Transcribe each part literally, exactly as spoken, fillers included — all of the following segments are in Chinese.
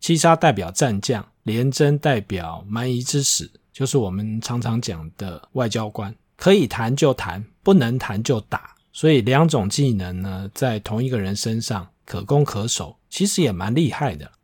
七杀代表战将，廉贞代表蛮夷之使，就是我们常常讲的外交官，可以谈就谈，不能谈就打。所以两种技能呢，在同一个人身上可攻可守，其实也蛮厉害的。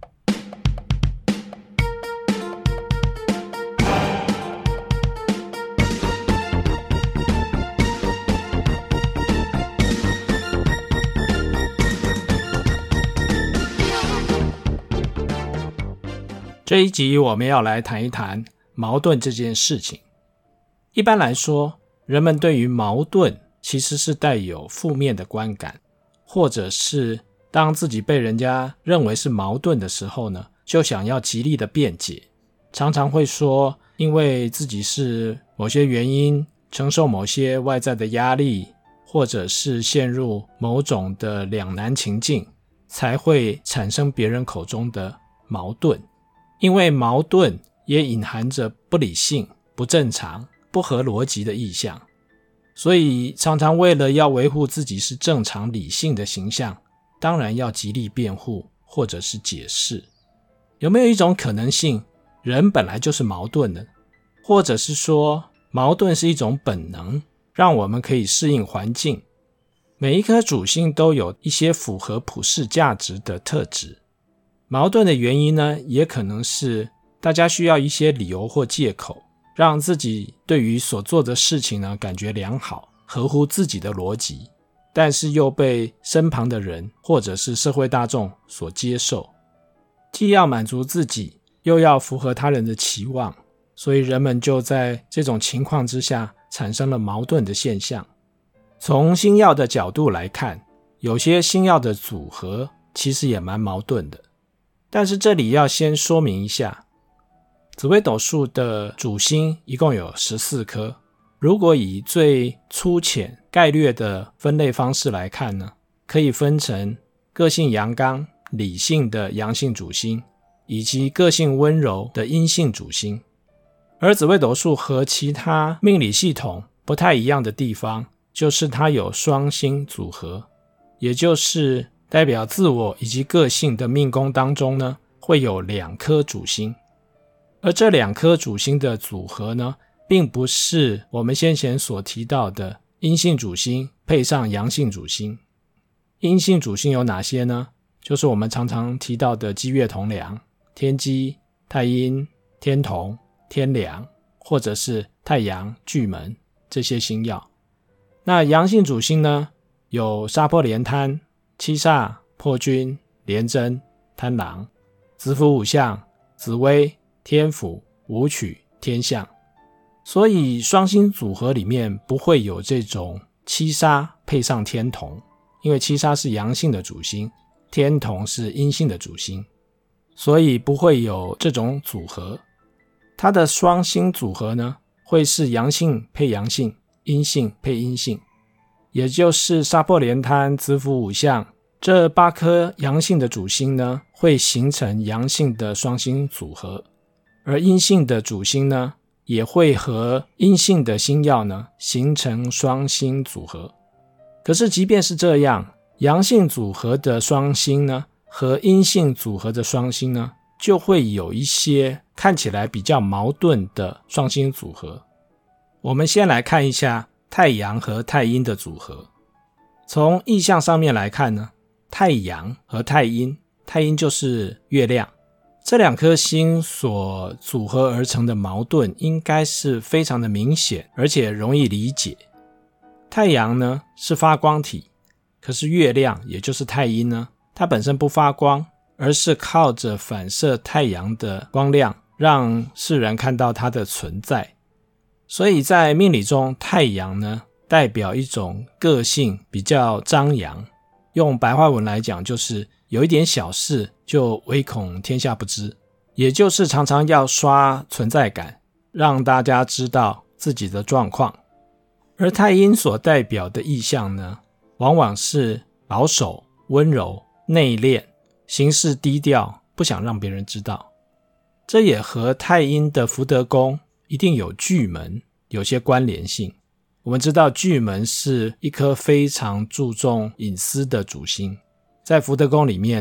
这一集我们要来谈一谈矛盾这件事情。一般来说，人们对于矛盾其实是带有负面的观感，或者是当自己被人家认为是矛盾的时候呢，就想要极力的辩解，常常会说因为自己是某些原因承受某些外在的压力，或者是陷入某种的两难情境，才会产生别人口中的矛盾。因为矛盾也隐含着不理性、不正常、不合逻辑的意象，所以常常为了要维护自己是正常理性的形象，当然要极力辩护或者是解释。有没有一种可能性，人本来就是矛盾的，或者是说矛盾是一种本能，让我们可以适应环境？每一颗主星都有一些符合普世价值的特质。矛盾的原因呢，也可能是大家需要一些理由或借口，让自己对于所做的事情呢感觉良好，合乎自己的逻辑，但是又被身旁的人或者是社会大众所接受。既要满足自己，又要符合他人的期望，所以人们就在这种情况之下产生了矛盾的现象。从星曜的角度来看，有些星曜的组合其实也蛮矛盾的。但是这里要先说明一下，紫微斗数的主星一共有十四颗，如果以最粗浅概略的分类方式来看呢，可以分成个性阳刚、理性的阳性主星，以及个性温柔的阴性主星。而紫微斗数和其他命理系统不太一样的地方，就是它有双星组合，也就是代表自我以及个性的命宫当中呢，会有两颗主星。而这两颗主星的组合呢，并不是我们先前所提到的阴性主星配上阳性主星。阴性主星有哪些呢？就是我们常常提到的机月同梁、天机、太阴、天同、天梁，或者是太阳、巨门这些星曜。那阳性主星呢，有杀破廉贪、七煞、破军、廉贞、贪狼、子府五象、紫微、天府、武曲、天相。所以双星组合里面不会有这种七煞配上天同，因为七煞是阳性的主星，天同是阴性的主星，所以不会有这种组合。它的双星组合呢，会是阳性配阳性，阴性配阴性，也就是杀破廉贪、子府五象这八颗阳性的主星呢，会形成阳性的双星组合，而阴性的主星呢，也会和阴性的星曜呢形成双星组合。可是即便是这样，阳性组合的双星呢，和阴性组合的双星呢，就会有一些看起来比较矛盾的双星组合。我们先来看一下太阳和太阴的组合。从意象上面来看呢，太阳和太阴，太阴就是月亮，这两颗星所组合而成的矛盾应该是非常的明显，而且容易理解。太阳呢是发光体，可是月亮也就是太阴呢，它本身不发光，而是靠着反射太阳的光亮让世人看到它的存在。所以在命理中，太阳呢代表一种个性比较张扬，用白话文来讲，就是有一点小事就唯恐天下不知，也就是常常要刷存在感，让大家知道自己的状况。而太阴所代表的意象呢，往往是保守、温柔、内敛，行事低调，不想让别人知道。这也和太阴的福德宫一定有巨门有些关联性。我们知道巨门是一颗非常注重隐私的主星，在福德宫里面呢，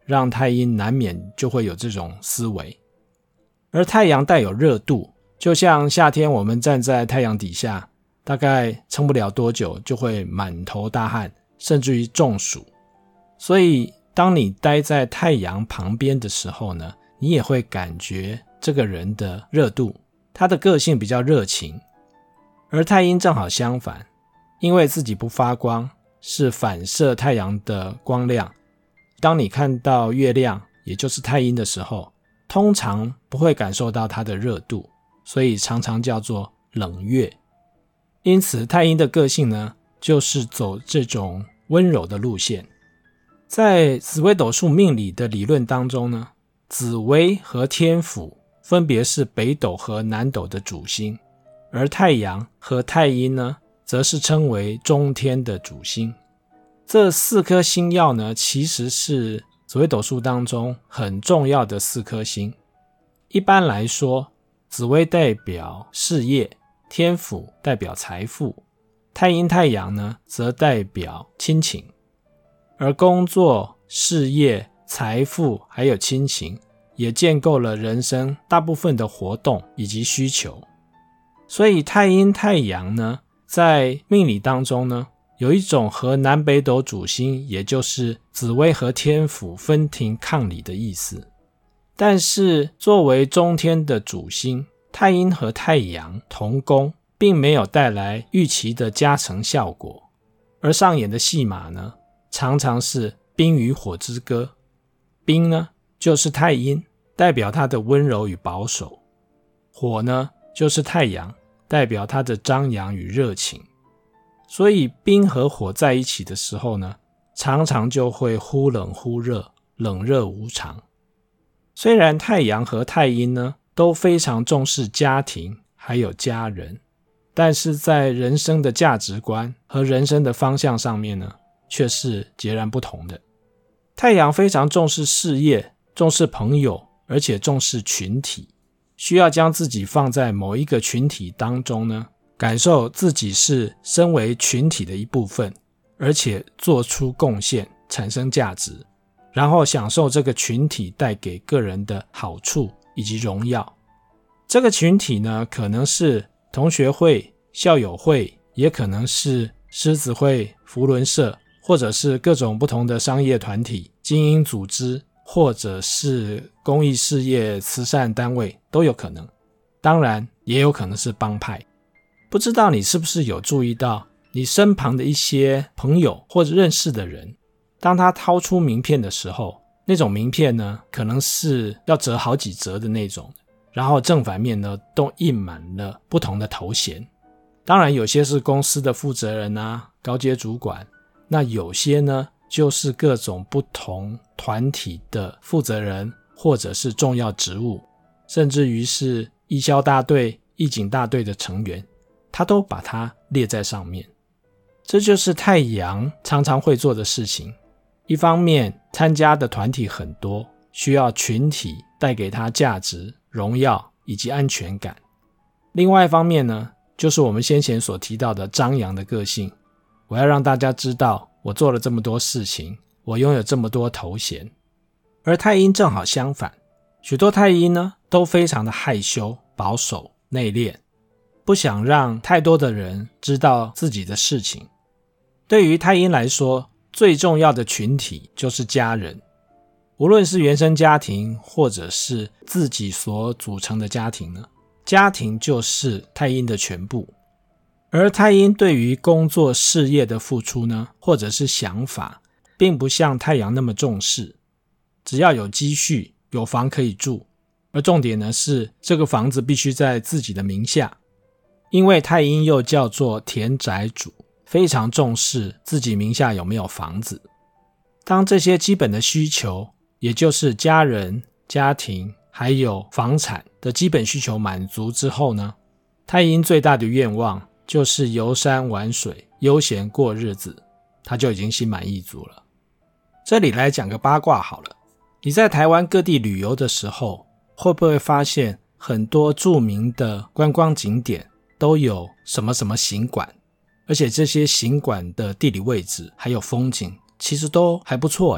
让太阴难免就会有这种思维。而太阳带有热度，就像夏天我们站在太阳底下，大概撑不了多久就会满头大汗，甚至于中暑。所以当你待在太阳旁边的时候呢，你也会感觉这个人的热度，他的个性比较热情。而太阴正好相反，因为自己不发光，是反射太阳的光亮。当你看到月亮，也就是太阴的时候，通常不会感受到它的热度，所以常常叫做冷月。因此太阴的个性呢，就是走这种温柔的路线。在紫微斗数命理的理论当中呢，紫微和天府分别是北斗和南斗的主星，而太阳和太阴呢，则是称为中天的主星。这四颗星曜呢，其实是紫微斗数当中很重要的四颗星。一般来说，紫微代表事业，天府代表财富，太阴太阳呢，则代表亲情。而工作、事业、财富还有亲情，也建构了人生大部分的活动以及需求。所以太阴太阳呢，在命理当中呢，有一种和南北斗主星，也就是紫微和天府分庭抗礼的意思。但是作为中天的主星，太阴和太阳同宫，并没有带来预期的加成效果。而上演的戏码呢，常常是冰与火之歌。冰呢，就是太阴，代表它的温柔与保守；火呢，就是太阳，代表它的张扬与热情。所以冰和火在一起的时候呢，常常就会忽冷忽热，冷热无常。虽然太阳和太阴呢，都非常重视家庭还有家人，但是在人生的价值观和人生的方向上面呢，却是截然不同的。太阳非常重视事业，重视朋友，而且重视群体，需要将自己放在某一个群体当中呢，感受自己是身为群体的一部分，而且做出贡献，产生价值，然后享受这个群体带给个人的好处以及荣耀。这个群体呢，可能是同学会、校友会，也可能是狮子会、扶轮社，或者是各种不同的商业团体、精英组织，或者是公益事业、慈善单位，都有可能。当然也有可能是帮派。不知道你是不是有注意到，你身旁的一些朋友或者认识的人，当他掏出名片的时候，那种名片呢，可能是要折好几折的那种，然后正反面呢，都印满了不同的头衔。当然有些是公司的负责人啊，高阶主管，那有些呢，就是各种不同团体的负责人，或者是重要职务，甚至于是义消大队、义警大队的成员，他都把它列在上面。这就是太阳常常会做的事情。一方面参加的团体很多，需要群体带给他价值、荣耀以及安全感。另外一方面呢，就是我们先前所提到的张扬的个性，我要让大家知道我做了这么多事情，我拥有这么多头衔。而太阴正好相反，许多太阴呢，都非常的害羞、保守、内敛，不想让太多的人知道自己的事情。对于太阴来说，最重要的群体就是家人，无论是原生家庭或者是自己所组成的家庭呢，家庭就是太阴的全部。而太阴对于工作事业的付出呢，或者是想法，并不像太阳那么重视，只要有积蓄，有房可以住，而重点呢是这个房子必须在自己的名下。因为太阴又叫做田宅主，非常重视自己名下有没有房子。当这些基本的需求，也就是家人、家庭还有房产的基本需求满足之后呢，太阴最大的愿望就是游山玩水，悠闲过日子，他就已经心满意足了。这里来讲个八卦好了，你在台湾各地旅游的时候，会不会发现很多著名的观光景点都有什么什么行馆，而且这些行馆的地理位置还有风景其实都还不错诶。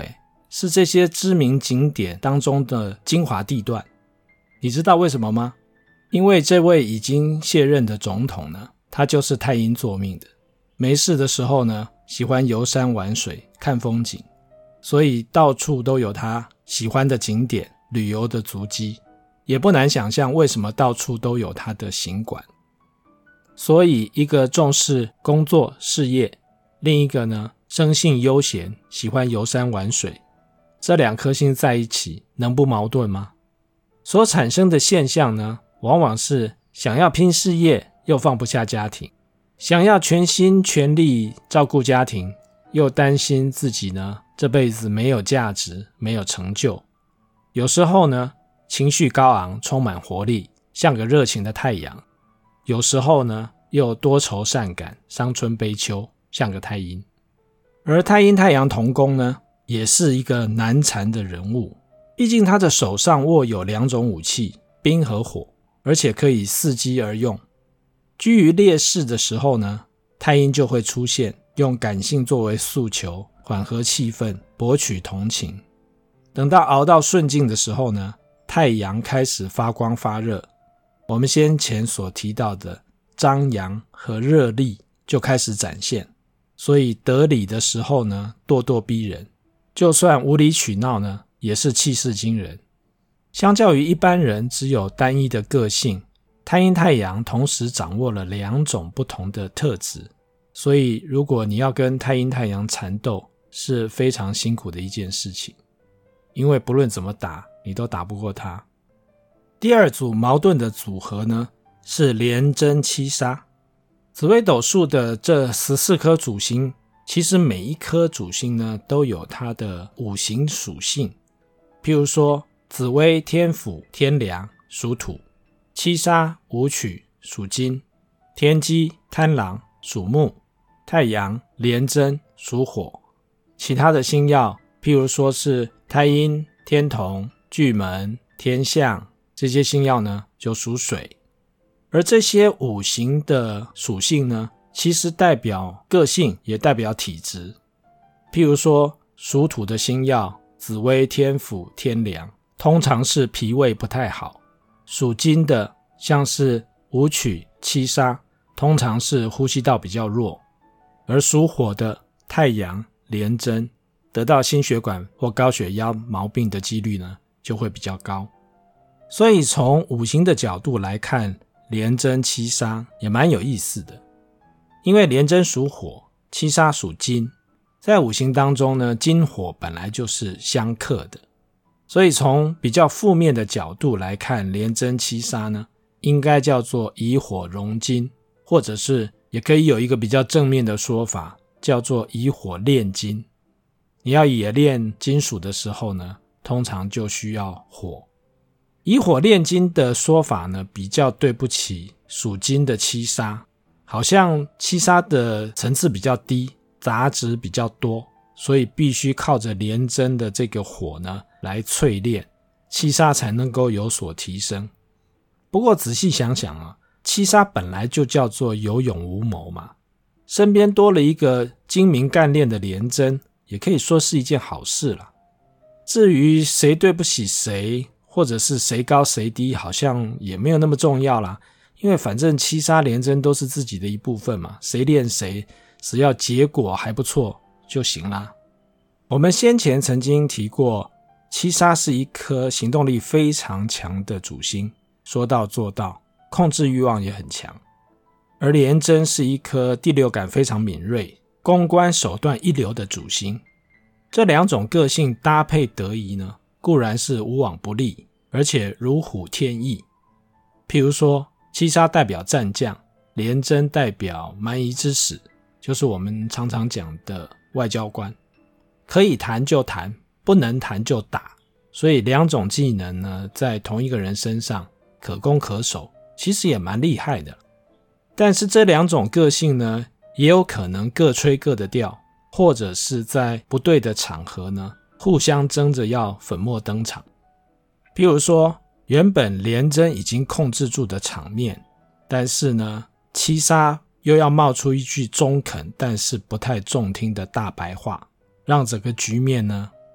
是这些知名景点当中的精华地段。你知道为什么吗？因为这位已经卸任的总统呢，他就是太阴坐命的，没事的时候呢，喜欢游山玩水看风景，所以到处都有他喜欢的景点旅游的足迹，也不难想象为什么到处都有他的行馆。所以一个重视工作事业，另一个呢生性悠闲，喜欢游山玩水，这两颗星在一起能不矛盾吗？所产生的现象呢，往往是想要拼事业又放不下家庭，想要全心全力照顾家庭，又担心自己呢这辈子没有价值，没有成就。有时候呢情绪高昂，充满活力，像个热情的太阳，有时候呢又多愁善感，伤春悲秋，像个太阴。而太阴太阳同宫呢，也是一个难缠的人物，毕竟他的手上握有两种武器，冰和火，而且可以伺机而用。居于劣势的时候呢，太阴就会出现，用感性作为诉求，缓和气氛，博取同情。等到熬到顺境的时候呢，太阳开始发光发热，我们先前所提到的张扬和热力就开始展现。所以得理的时候呢，咄咄逼人，就算无理取闹呢，也是气势惊人。相较于一般人只有单一的个性，太阴太阳同时掌握了两种不同的特质，所以如果你要跟太阴太阳缠斗，是非常辛苦的一件事情，因为不论怎么打，你都打不过他。第二组矛盾的组合呢，是廉贞七杀。紫微斗数的这十四颗主星，其实每一颗主星呢都有它的五行属性。譬如说紫微天府天梁属土，七杀武曲属金，天机贪狼属木，太阳廉贞属火。其他的星曜譬如说是太阴、天同、巨门、天相，这些星曜呢就属水。而这些五行的属性呢，其实代表个性，也代表体质。譬如说属土的星曜紫微天府天梁，通常是脾胃不太好。属金的像是武曲七杀，通常是呼吸道比较弱。而属火的太阳廉贞，得到心血管或高血压毛病的几率呢就会比较高。所以从五行的角度来看，廉贞七杀也蛮有意思的。因为廉贞属火，七杀属金，在五行当中呢，金火本来就是相克的，所以从比较负面的角度来看，廉贞七杀呢，应该叫做以火融金，或者是也可以有一个比较正面的说法，叫做以火炼金。你要冶炼金属的时候呢，通常就需要火。以火炼金的说法呢，比较对不起属金的七杀，好像七杀的层次比较低，杂质比较多，所以必须靠着廉贞的这个火呢来淬炼，七杀才能够有所提升。不过仔细想想啊，七杀本来就叫做有勇无谋嘛，身边多了一个精明干练的廉贞，也可以说是一件好事啦。至于谁对不起谁，或者是谁高谁低，好像也没有那么重要啦，因为反正七杀廉贞都是自己的一部分嘛，谁练谁，只要结果还不错就行啦。我们先前曾经提过，七杀是一颗行动力非常强的主星，说到做到，控制欲望也很强。而廉贞是一颗第六感非常敏锐，公关手段一流的主星。这两种个性搭配得宜呢，固然是无往不利，而且如虎添翼。譬如说七杀代表战将，廉贞代表蛮夷之使，就是我们常常讲的外交官，可以谈就谈，不能谈就打。所以两种技能呢，在同一个人身上可攻可守，其实也蛮厉害的。但是这两种个性呢，也有可能各吹各的调，或者是在不对的场合呢，互相争着要粉墨登场。譬如说原本廉贞已经控制住的场面，但是呢七杀又要冒出一句中肯但是不太中听的大白话，让整个局面呢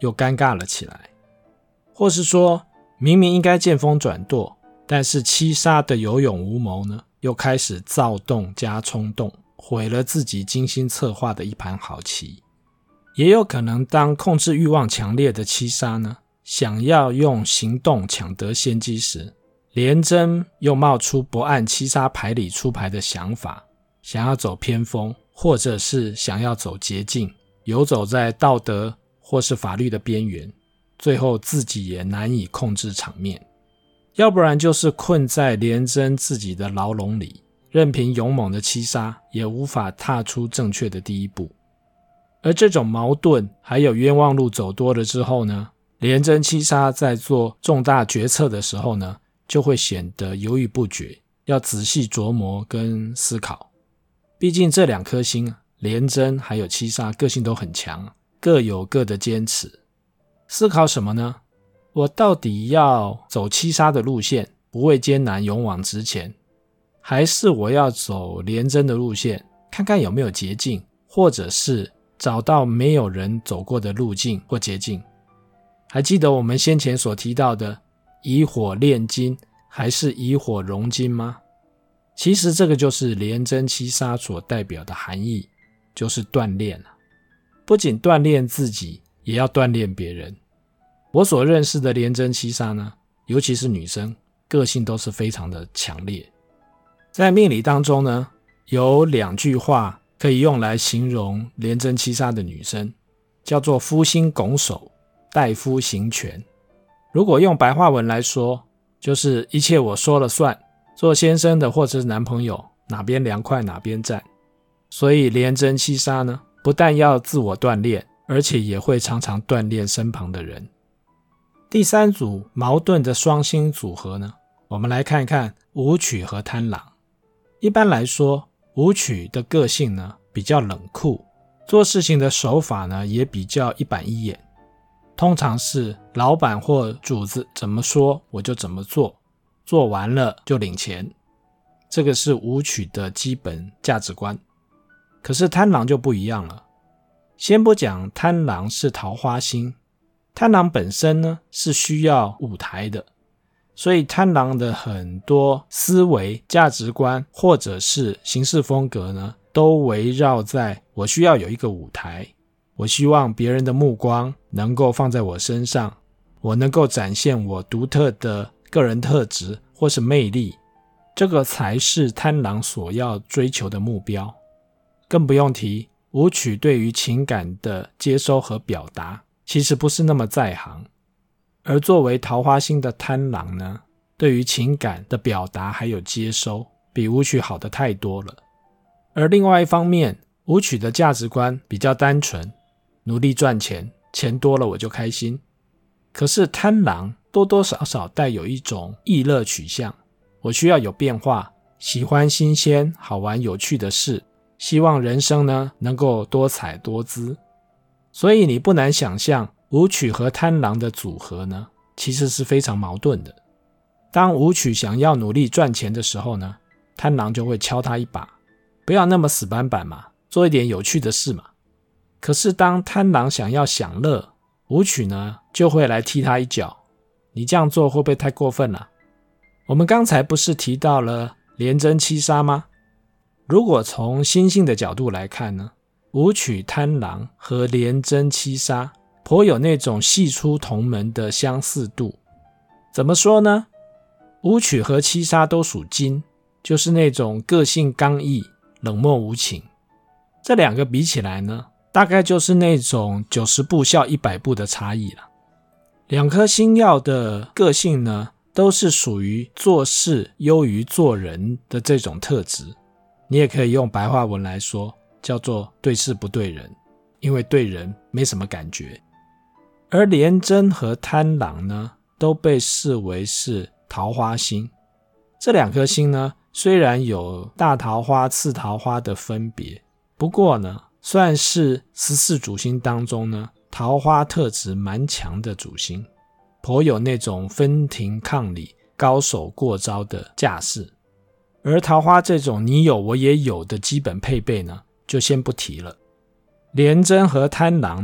又尴尬了起来。或是说明明应该见风转舵，但是七杀的有勇无谋呢，又开始躁动加冲动，毁了自己精心策划的一盘好棋。也有可能当控制欲望强烈的七杀呢，想要用行动抢得先机时，廉贞又冒出不按七杀牌理出牌的想法，想要走偏锋，或者是想要走捷径，游走在道德或是法律的边缘，最后自己也难以控制场面。要不然就是困在廉贞自己的牢笼里，任凭勇猛的七杀也无法踏出正确的第一步。而这种矛盾还有冤枉路走多了之后呢，廉贞七杀在做重大决策的时候呢，就会显得犹豫不决，要仔细琢磨跟思考。毕竟这两颗星廉贞还有七杀个性都很强，各有各的坚持。思考什么呢？我到底要走七杀的路线，不畏艰难勇往直前，还是我要走廉贞的路线，看看有没有捷径，或者是找到没有人走过的路径或捷径？还记得我们先前所提到的以火炼金还是以火熔金吗？其实这个就是廉贞七杀所代表的含义，就是锻炼啊。不仅锻炼自己，也要锻炼别人。我所认识的廉贞七杀呢，尤其是女生，个性都是非常的强烈。在命理当中呢，有两句话可以用来形容廉贞七杀的女生，叫做夫心拱手，待夫行权。如果用白话文来说，就是一切我说了算，做先生的或者是男朋友，哪边凉快哪边站。所以廉贞七杀呢，不但要自我锻炼，而且也会常常锻炼身旁的人。第三组矛盾的双星组合呢，我们来看看武曲和贪狼。一般来说，武曲的个性呢比较冷酷，做事情的手法呢也比较一板一眼，通常是老板或主子怎么说我就怎么做，做完了就领钱，这个是武曲的基本价值观。可是贪狼就不一样了。先不讲贪狼是桃花星，贪狼本身呢是需要舞台的，所以贪狼的很多思维、价值观或者是行事风格呢，都围绕在我需要有一个舞台，我希望别人的目光能够放在我身上，我能够展现我独特的个人特质或是魅力，这个才是贪狼所要追求的目标。更不用提武曲对于情感的接收和表达其实不是那么在行，而作为桃花星的贪狼呢，对于情感的表达还有接收比武曲好的太多了。而另外一方面，武曲的价值观比较单纯，努力赚钱，钱多了我就开心。可是贪狼多多少少带有一种逸乐取向，我需要有变化，喜欢新鲜好玩有趣的事，希望人生呢能够多彩多姿。所以你不难想象，武曲和贪狼的组合呢，其实是非常矛盾的。当武曲想要努力赚钱的时候呢，贪狼就会敲他一把，不要那么死板板嘛，做一点有趣的事嘛。可是当贪狼想要享乐，武曲呢就会来踢他一脚，你这样做会不会太过分了？我们刚才不是提到了廉贞七杀吗？如果从星性的角度来看呢，武曲贪狼和廉贞七杀颇有那种系出同门的相似度。怎么说呢？武曲和七杀都属金，就是那种个性刚毅、冷漠无情。这两个比起来呢，大概就是那种九十步笑一百步的差异了。两颗星曜的个性呢，都是属于做事优于做人的这种特质。你也可以用白话文来说，叫做对事不对人，因为对人没什么感觉。而廉贞和贪狼呢，都被视为是桃花星。这两颗星呢，虽然有大桃花、次桃花的分别，不过呢，算是十四主星当中呢，桃花特质蛮强的主星，颇有那种分庭抗礼、高手过招的架势。而桃花这种你有我也有的基本配备呢，就先不提了。廉贞和贪狼呢，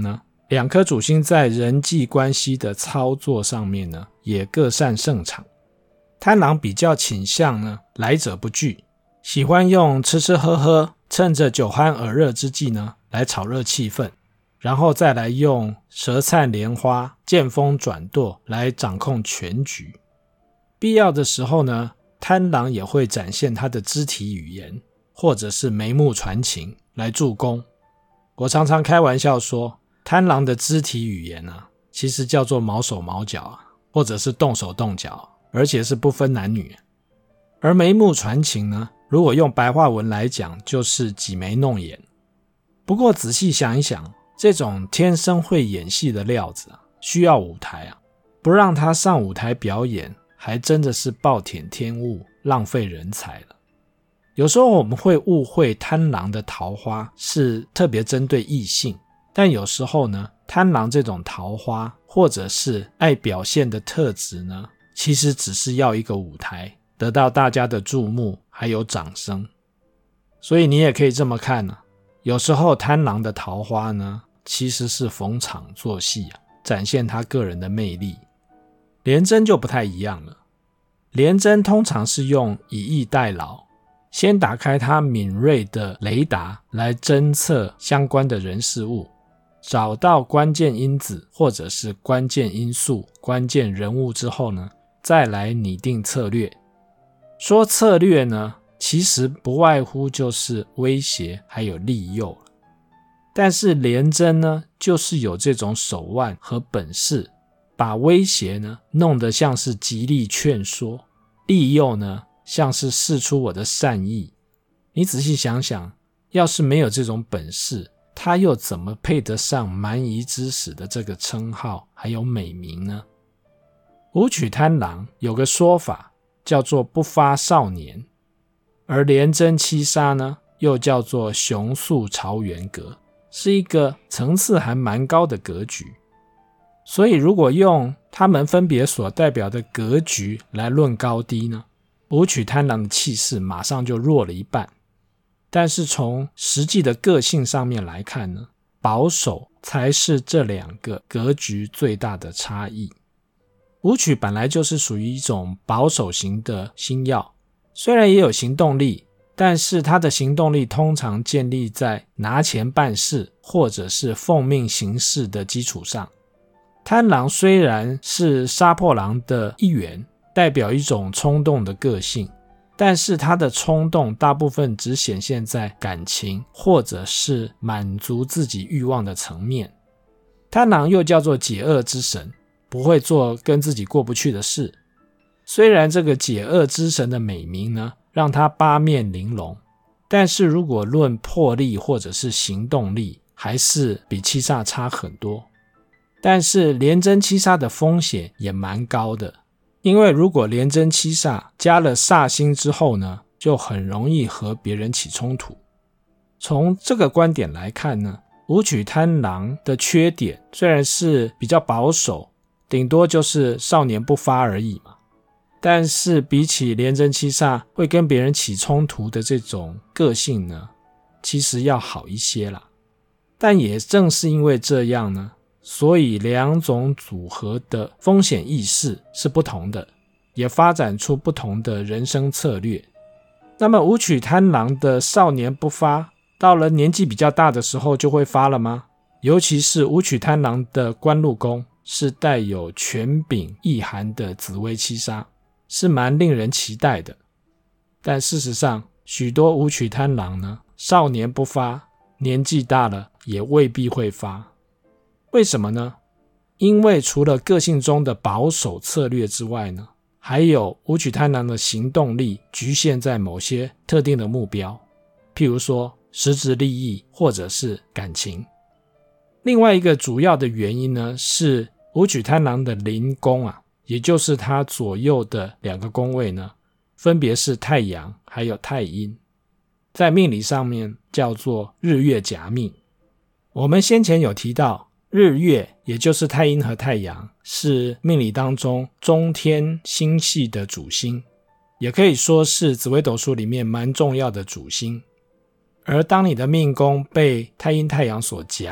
两颗主星在人际关系的操作上面呢，也各擅胜场。贪狼比较倾向呢，来者不拒，喜欢用吃吃喝喝，趁着酒酣耳热之际呢，来炒热气氛，然后再来用舌灿莲花、见风转舵来掌控全局。必要的时候呢，贪狼也会展现他的肢体语言，或者是眉目传情来助攻。我常常开玩笑说，贪狼的肢体语言啊，其实叫做毛手毛脚啊，或者是动手动脚，而且是不分男女。而眉目传情呢，如果用白话文来讲，就是挤眉弄眼。不过仔细想一想，这种天生会演戏的料子啊，需要舞台啊，不让他上舞台表演，还真的是暴殄天物，浪费人才了。有时候我们会误会贪狼的桃花是特别针对异性，但有时候呢，贪狼这种桃花或者是爱表现的特质呢，其实只是要一个舞台，得到大家的注目还有掌声。所以你也可以这么看啊，有时候贪狼的桃花呢，其实是逢场作戏啊，展现他个人的魅力。廉贞就不太一样了，廉贞通常是用以逸待劳，先打开他敏锐的雷达来侦测相关的人事物，找到关键因子或者是关键因素、关键人物之后呢，再来拟定策略。说策略呢，其实不外乎就是威胁还有利诱了。但是廉贞呢，就是有这种手腕和本事，把威胁呢弄得像是极力劝说，利诱呢像是释出我的善意。你仔细想想，要是没有这种本事，他又怎么配得上蛮夷之使的这个称号还有美名呢？武曲贪狼有个说法叫做不发少年，而廉贞七杀呢又叫做雄肃朝元格，是一个层次还蛮高的格局。所以如果用他们分别所代表的格局来论高低呢，武曲贪狼的气势马上就弱了一半。但是从实际的个性上面来看呢，保守才是这两个格局最大的差异。武曲本来就是属于一种保守型的星曜，虽然也有行动力，但是他的行动力通常建立在拿钱办事或者是奉命行事的基础上。贪狼虽然是杀破狼的一员，代表一种冲动的个性，但是他的冲动大部分只显现在感情或者是满足自己欲望的层面。贪狼又叫做解厄之神，不会做跟自己过不去的事。虽然这个解厄之神的美名呢，让他八面玲珑，但是如果论魄力或者是行动力，还是比七煞差很多。但是廉贞七煞的风险也蛮高的，因为如果廉贞七煞加了煞星之后呢，就很容易和别人起冲突。从这个观点来看呢，武曲贪狼的缺点虽然是比较保守，顶多就是少年不发而已嘛，但是比起廉贞七煞会跟别人起冲突的这种个性呢，其实要好一些啦。但也正是因为这样呢，所以两种组合的风险意识是不同的，也发展出不同的人生策略。那么武曲贪狼的少年不发，到了年纪比较大的时候就会发了吗？尤其是武曲贪狼的官禄宫是带有权柄意涵的紫微七杀，是蛮令人期待的。但事实上，许多武曲贪狼呢，少年不发，年纪大了也未必会发。为什么呢？因为除了个性中的保守策略之外呢，还有武曲贪狼的行动力局限在某些特定的目标，譬如说实质利益或者是感情。另外一个主要的原因呢，是武曲贪狼的邻宫啊，也就是它左右的两个宫位呢，分别是太阳还有太阴，在命理上面叫做日月夹命。我们先前有提到，日月也就是太阴和太阳是命理当中中天星系的主星，也可以说是紫微斗数里面蛮重要的主星。而当你的命宫被太阴太阳所夹，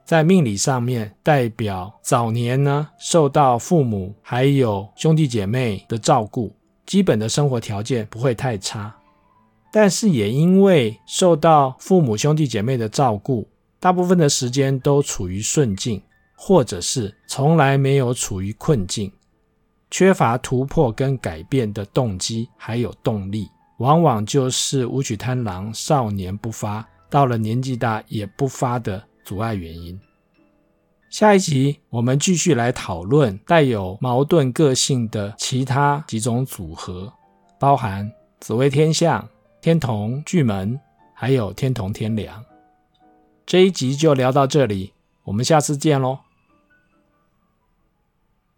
在命理上面代表早年呢受到父母还有兄弟姐妹的照顾，基本的生活条件不会太差。但是也因为受到父母兄弟姐妹的照顾，大部分的时间都处于顺境，或者是从来没有处于困境，缺乏突破跟改变的动机还有动力，往往就是武曲贪狼少年不发，到了年纪大也不发的阻碍原因。下一集我们继续来讨论带有矛盾个性的其他几种组合，包含紫微天相、天同巨门，还有天同天梁。这一集就聊到这里，我们下次见咯。